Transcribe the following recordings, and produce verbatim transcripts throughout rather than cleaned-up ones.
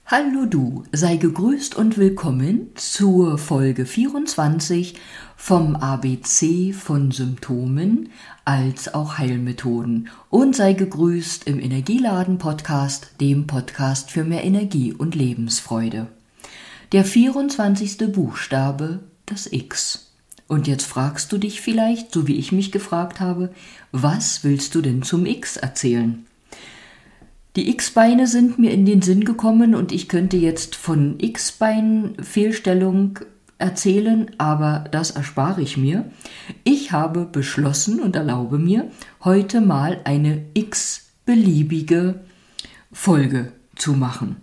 Hallo du, sei gegrüßt und willkommen zur Folge vierundzwanzig vom A B C von Symptomen als auch Heilmethoden und sei gegrüßt im Energieladen-Podcast, dem Podcast für mehr Energie und Lebensfreude. Der vierundzwanzigste Buchstabe, das X. Und jetzt fragst du dich vielleicht, so wie ich mich gefragt habe, was willst du denn zum X erzählen? Die X-Beine sind mir in den Sinn gekommen und ich könnte jetzt von X-Bein-Fehlstellung erzählen, aber das erspare ich mir. Ich habe beschlossen und erlaube mir, heute mal eine x-beliebige Folge zu machen.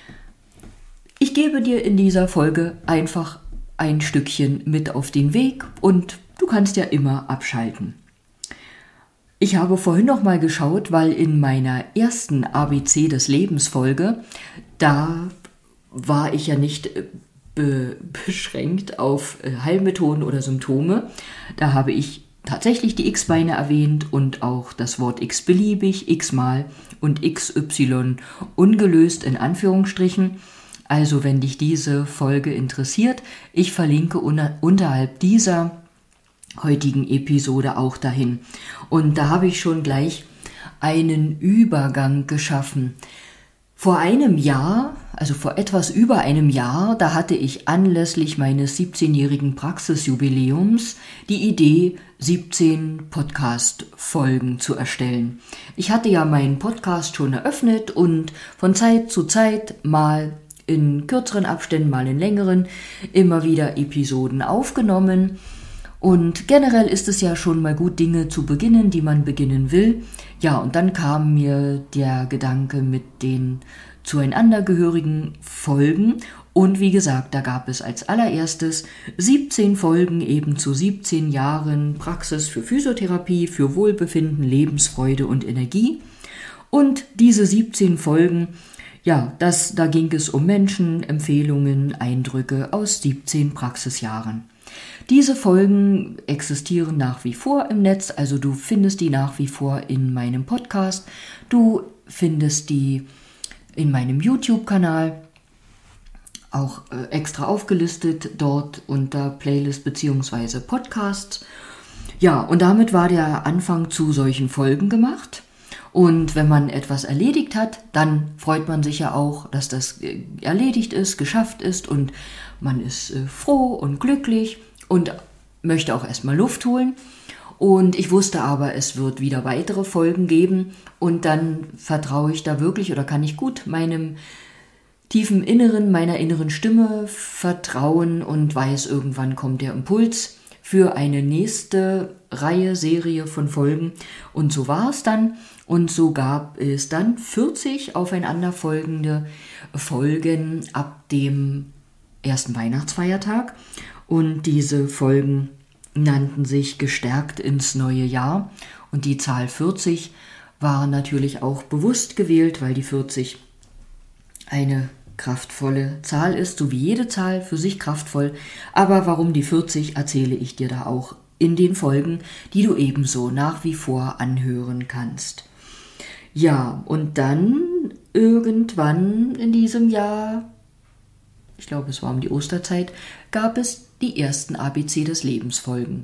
Ich gebe dir in dieser Folge einfach ein Stückchen mit auf den Weg und du kannst ja immer abschalten. Ich habe vorhin noch mal geschaut, weil in meiner ersten A B C des Lebens Folge, da war ich ja nicht be- beschränkt auf Heilmethoden oder Symptome. Da habe ich tatsächlich die X-Beine erwähnt und auch das Wort x-beliebig, x-mal und xy ungelöst in Anführungsstrichen. Also wenn dich diese Folge interessiert, ich verlinke unter- unterhalb dieser heutigen Episode auch dahin. Und da habe ich schon gleich einen Übergang geschaffen. Vor einem Jahr, also vor etwas über einem Jahr, da hatte ich anlässlich meines siebzehnjährigen Praxisjubiläums die Idee, siebzehn Podcast-Folgen zu erstellen. Ich hatte ja meinen Podcast schon eröffnet und von Zeit zu Zeit mal in kürzeren Abständen, mal in längeren, immer wieder Episoden aufgenommen. Und generell ist es ja schon mal gut, Dinge zu beginnen, die man beginnen will. Ja, und dann kam mir der Gedanke mit den zueinander gehörigen Folgen. Und wie gesagt, da gab es als allererstes siebzehn Folgen eben zu siebzehn Jahren Praxis für Physiotherapie, für Wohlbefinden, Lebensfreude und Energie. Und diese siebzehn Folgen, ja, das, da ging es um Menschen, Empfehlungen, Eindrücke aus siebzehn Praxisjahren. Diese Folgen existieren nach wie vor im Netz, also du findest die nach wie vor in meinem Podcast, du findest die in meinem YouTube-Kanal, auch äh, extra aufgelistet dort unter Playlist bzw. Podcasts. Ja, und damit war der Anfang zu solchen Folgen gemacht. Und wenn man etwas erledigt hat, dann freut man sich ja auch, dass das erledigt ist, geschafft ist und man ist äh, froh und glücklich und möchte auch erstmal Luft holen. Und ich wusste aber, es wird wieder weitere Folgen geben und dann vertraue ich da wirklich oder kann ich gut meinem tiefen Inneren, meiner inneren Stimme vertrauen und weiß, irgendwann kommt der Impuls für eine nächste Reihe, Serie von Folgen. Und so war es dann. Und so gab es dann vierzig aufeinanderfolgende Folgen ab dem ersten Weihnachtsfeiertag. Und diese Folgen nannten sich Gestärkt ins neue Jahr. Und die Zahl vierzig war natürlich auch bewusst gewählt, weil die vierzig eine kraftvolle Zahl ist, so wie jede Zahl für sich kraftvoll. Aber warum die vierzig, erzähle ich dir da auch in den Folgen, die du ebenso nach wie vor anhören kannst. Ja, und dann irgendwann in diesem Jahr, ich glaube es war um die Osterzeit, gab es die ersten A B C des Lebens Folgen.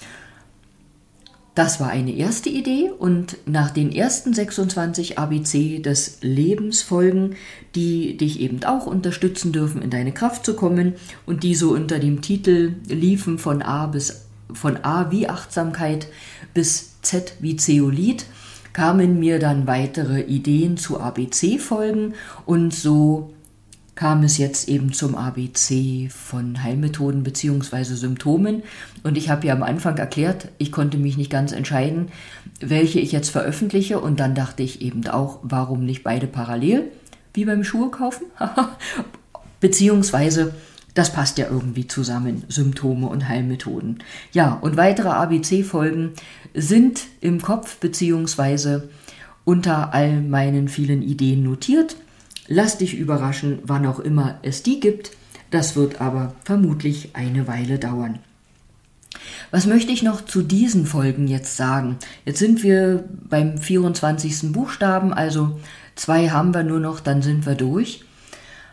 Das war eine erste Idee und nach den ersten sechsundzwanzig A B C des Lebens Folgen, die dich eben auch unterstützen dürfen, in deine Kraft zu kommen und die so unter dem Titel liefen von A bis von A wie Achtsamkeit bis Z wie Zeolit, kamen mir dann weitere Ideen zu A B C-Folgen und so kam es jetzt eben zum A B C von Heilmethoden bzw. Symptomen. Und ich habe ja am Anfang erklärt, ich konnte mich nicht ganz entscheiden, welche ich jetzt veröffentliche. Und dann dachte ich eben auch, warum nicht beide parallel, wie beim Schuhe kaufen? Beziehungsweise, das passt ja irgendwie zusammen, Symptome und Heilmethoden. Ja, und weitere A B C-Folgen sind im Kopf bzw. unter all meinen vielen Ideen notiert. Lass dich überraschen, wann auch immer es die gibt. Das wird aber vermutlich eine Weile dauern. Was möchte ich noch zu diesen Folgen jetzt sagen? Jetzt sind wir beim vierundzwanzigsten Buchstaben, also zwei haben wir nur noch, dann sind wir durch.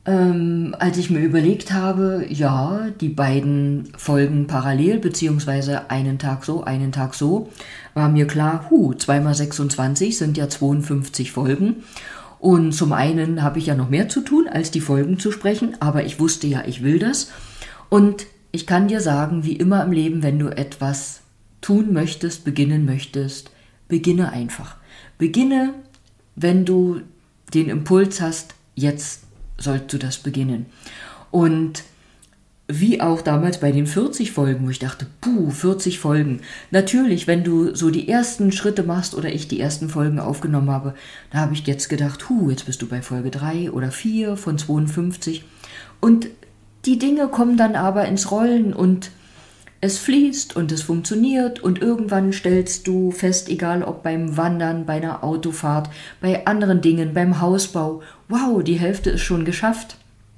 Ähm, als ich mir überlegt habe, ja, die beiden Folgen parallel, beziehungsweise einen Tag so, einen Tag so, war mir klar, hu, zwei mal sechsundzwanzig sind ja zweiundfünfzig Folgen. Und zum einen habe ich ja noch mehr zu tun, als die Folgen zu sprechen, aber ich wusste ja, ich will das. Und ich kann dir sagen, wie immer im Leben, wenn du etwas tun möchtest, beginnen möchtest, beginne einfach. Beginne, wenn du den Impuls hast, jetzt sollst du das beginnen. Und wie auch damals bei den vierzig Folgen, wo ich dachte, puh, vierzig Folgen. Natürlich, wenn du so die ersten Schritte machst oder ich die ersten Folgen aufgenommen habe, da habe ich jetzt gedacht, hu, jetzt bist du bei Folge drei oder vier von zweiundfünfzig. Und die Dinge kommen dann aber ins Rollen und es fließt und es funktioniert und irgendwann stellst du fest, egal ob beim Wandern, bei einer Autofahrt, bei anderen Dingen, beim Hausbau, wow, die Hälfte ist schon geschafft.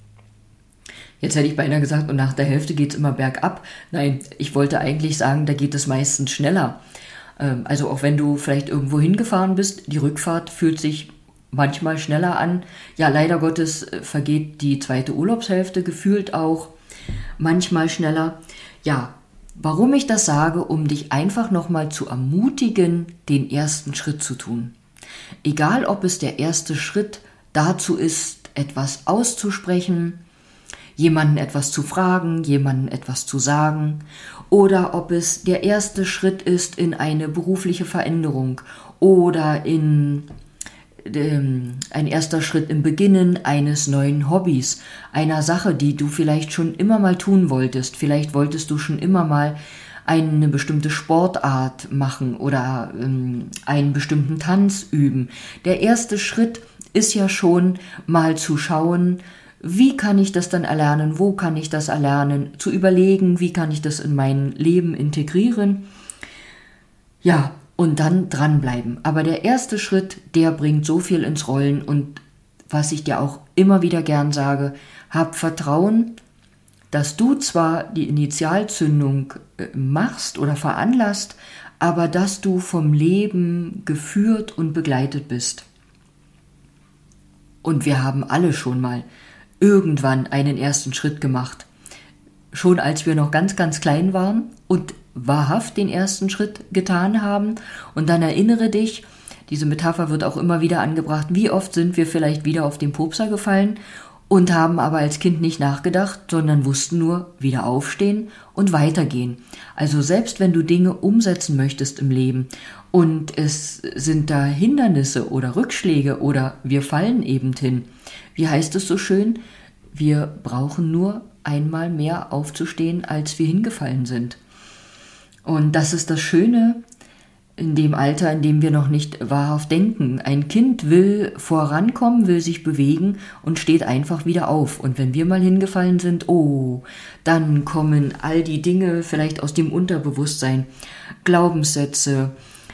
Jetzt hätte ich beinahe gesagt, und nach der Hälfte geht es immer bergab. Nein, ich wollte eigentlich sagen, da geht es meistens schneller. Also auch wenn du vielleicht irgendwo hingefahren bist, die Rückfahrt fühlt sich manchmal schneller an. Ja, leider Gottes vergeht die zweite Urlaubshälfte gefühlt auch manchmal schneller. Ja, warum ich das sage, um dich einfach nochmal zu ermutigen, den ersten Schritt zu tun. Egal, ob es der erste Schritt dazu ist, etwas auszusprechen, jemanden etwas zu fragen, jemanden etwas zu sagen, oder ob es der erste Schritt ist in eine berufliche Veränderung oder in ähm, ein erster Schritt im Beginnen eines neuen Hobbys, einer Sache, die du vielleicht schon immer mal tun wolltest. Vielleicht wolltest du schon immer mal eine bestimmte Sportart machen oder ähm, einen bestimmten Tanz üben. Der erste Schritt ist ja schon mal zu schauen, wie kann ich das dann erlernen, wo kann ich das erlernen, zu überlegen, wie kann ich das in mein Leben integrieren. Ja, und dann dranbleiben. Aber der erste Schritt, der bringt so viel ins Rollen und was ich dir auch immer wieder gern sage, hab Vertrauen, dass du zwar die Initialzündung machst oder veranlasst, aber dass du vom Leben geführt und begleitet bist. Und wir haben alle schon mal irgendwann einen ersten Schritt gemacht. Schon als wir noch ganz, ganz klein waren und wahrhaft den ersten Schritt getan haben. Und dann erinnere dich, diese Metapher wird auch immer wieder angebracht, wie oft sind wir vielleicht wieder auf den Pupser gefallen und haben aber als Kind nicht nachgedacht, sondern wussten nur, wieder aufstehen und weitergehen. Also selbst wenn du Dinge umsetzen möchtest im Leben und es sind da Hindernisse oder Rückschläge oder wir fallen eben hin, wie heißt es so schön, wir brauchen nur einmal mehr aufzustehen, als wir hingefallen sind. Und das ist das Schöne in dem Alter, in dem wir noch nicht wahrhaft denken. Ein Kind will vorankommen, will sich bewegen und steht einfach wieder auf. Und wenn wir mal hingefallen sind, oh, dann kommen all die Dinge vielleicht aus dem Unterbewusstsein, Glaubenssätze,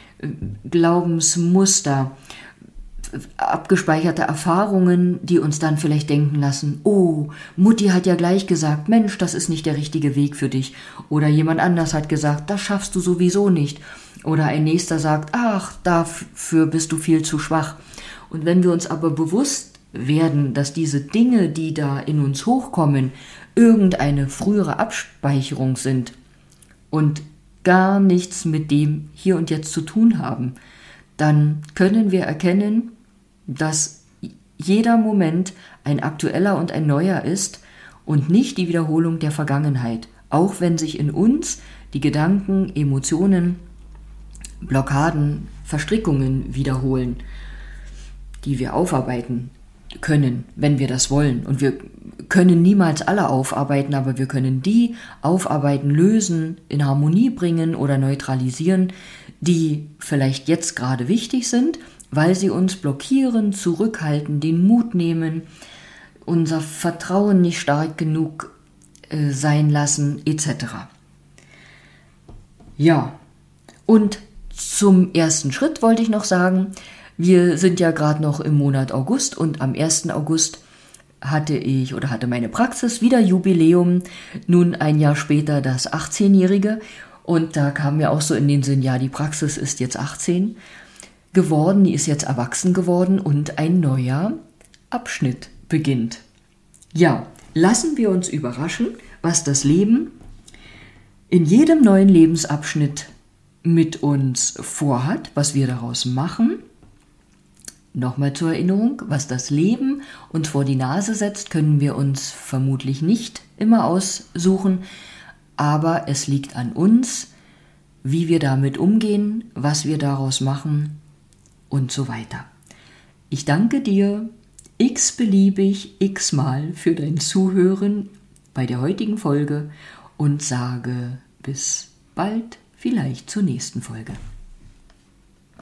Glaubensmuster, abgespeicherte Erfahrungen, die uns dann vielleicht denken lassen, oh, Mutti hat ja gleich gesagt, Mensch, das ist nicht der richtige Weg für dich. Oder jemand anders hat gesagt, das schaffst du sowieso nicht. Oder ein Nächster sagt, ach, dafür bist du viel zu schwach. Und wenn wir uns aber bewusst werden, dass diese Dinge, die da in uns hochkommen, irgendeine frühere Abspeicherung sind und gar nichts mit dem Hier und Jetzt zu tun haben, dann können wir erkennen, dass jeder Moment ein aktueller und ein neuer ist und nicht die Wiederholung der Vergangenheit, auch wenn sich in uns die Gedanken, Emotionen, Blockaden, Verstrickungen wiederholen, die wir aufarbeiten können, wenn wir das wollen. Und wir können niemals alle aufarbeiten, aber wir können die aufarbeiten, lösen, in Harmonie bringen oder neutralisieren, die vielleicht jetzt gerade wichtig sind, weil sie uns blockieren, zurückhalten, den Mut nehmen, unser Vertrauen nicht stark genug äh, sein lassen, et cetera. Ja, und zum ersten Schritt wollte ich noch sagen, wir sind ja gerade noch im Monat August und am ersten August hatte ich oder hatte meine Praxis wieder Jubiläum, nun ein Jahr später das achtzehnjährige. Und da kam mir auch so in den Sinn, ja, die Praxis ist jetzt achtzehn geworden, die ist jetzt erwachsen geworden und ein neuer Abschnitt beginnt. Ja, lassen wir uns überraschen, was das Leben in jedem neuen Lebensabschnitt mit uns vorhat, was wir daraus machen. Nochmal zur Erinnerung, was das Leben uns vor die Nase setzt, können wir uns vermutlich nicht immer aussuchen, aber es liegt an uns, wie wir damit umgehen, was wir daraus machen und so weiter. Ich danke dir x-beliebig x-mal für dein Zuhören bei der heutigen Folge und sage bis bald, vielleicht zur nächsten Folge.